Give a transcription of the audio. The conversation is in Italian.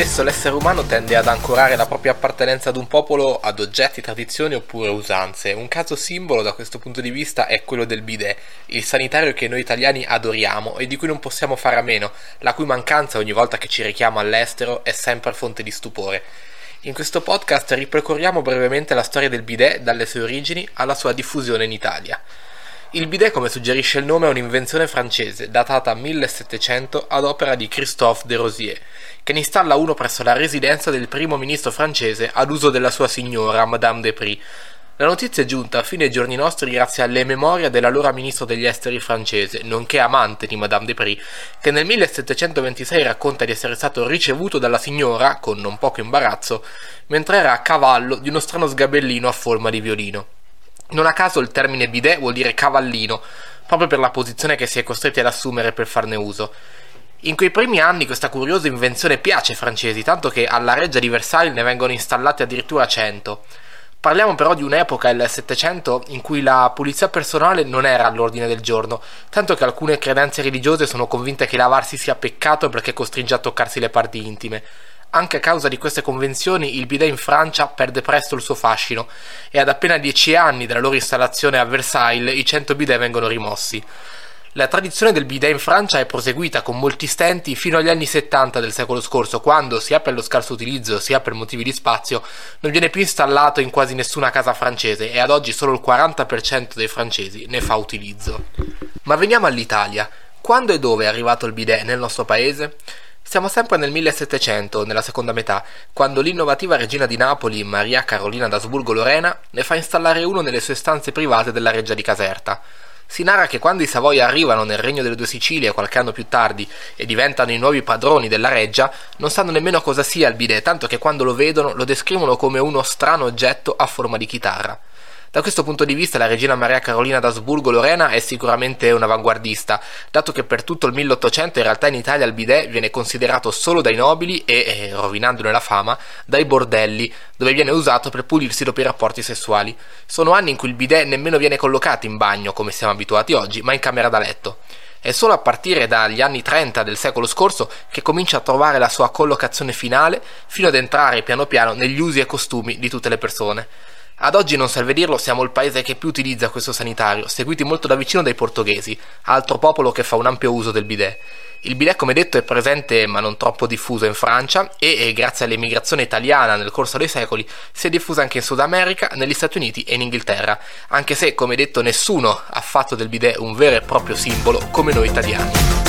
Spesso l'essere umano tende ad ancorare la propria appartenenza ad un popolo ad oggetti, tradizioni oppure usanze. Un caso simbolo da questo punto di vista è quello del bidet, il sanitario che noi italiani adoriamo e di cui non possiamo fare a meno, la cui mancanza ogni volta che ci rechiamo all'estero è sempre fonte di stupore. In questo podcast ripercorriamo brevemente la storia del bidet dalle sue origini alla sua diffusione in Italia. Il bidet, come suggerisce il nome, è un'invenzione francese, datata 1700 ad opera di Christophe de Rosier, che ne installa uno presso la residenza del primo ministro francese ad uso della sua signora, Madame de Prie. La notizia è giunta fino ai giorni nostri grazie alle memorie dell'allora ministro degli esteri francese, nonché amante di Madame de Prie, che nel 1726 racconta di essere stato ricevuto dalla signora, con non poco imbarazzo, mentre era a cavallo di uno strano sgabellino a forma di violino. Non a caso il termine bidet vuol dire cavallino, proprio per la posizione che si è costretti ad assumere per farne uso. In quei primi anni questa curiosa invenzione piace ai francesi, tanto che alla Reggia di Versailles ne vengono installati addirittura 100. Parliamo però di un'epoca, il Settecento, in cui la pulizia personale non era all'ordine del giorno, tanto che alcune credenze religiose sono convinte che lavarsi sia peccato perché costringe a toccarsi le parti intime. Anche a causa di queste convenzioni il bidet in Francia perde presto il suo fascino e ad appena 10 anni dalla loro installazione a Versailles i 100 bidet vengono rimossi. La tradizione del bidet in Francia è proseguita con molti stenti fino agli anni 70 del secolo scorso, quando, sia per lo scarso utilizzo sia per motivi di spazio, non viene più installato in quasi nessuna casa francese e ad oggi solo il 40% dei francesi ne fa utilizzo. Ma veniamo all'Italia. Quando e dove è arrivato il bidet nel nostro paese? Siamo sempre nel 1700, nella seconda metà, quando l'innovativa regina di Napoli, Maria Carolina d'Asburgo-Lorena, ne fa installare uno nelle sue stanze private della Reggia di Caserta. Si narra che quando i Savoia arrivano nel Regno delle Due Sicilie qualche anno più tardi e diventano i nuovi padroni della Reggia, non sanno nemmeno cosa sia il bidet, tanto che quando lo vedono lo descrivono come uno strano oggetto a forma di chitarra. Da questo punto di vista la regina Maria Carolina d'Asburgo-Lorena è sicuramente un'avanguardista, dato che per tutto il 1800 in realtà in Italia il bidet viene considerato solo dai nobili e, rovinandone la fama, dai bordelli, dove viene usato per pulirsi dopo i rapporti sessuali. Sono anni in cui il bidet nemmeno viene collocato in bagno, come siamo abituati oggi, ma in camera da letto. È solo a partire dagli anni 30 del secolo scorso che comincia a trovare la sua collocazione finale, fino ad entrare piano piano negli usi e costumi di tutte le persone. Ad oggi, non serve dirlo, siamo il paese che più utilizza questo sanitario, seguiti molto da vicino dai portoghesi, altro popolo che fa un ampio uso del bidet. Il bidet, come detto, è presente ma non troppo diffuso in Francia e grazie all'emigrazione italiana nel corso dei secoli, si è diffusa anche in Sud America, negli Stati Uniti e in Inghilterra, anche se, come detto, nessuno ha fatto del bidet un vero e proprio simbolo come noi italiani.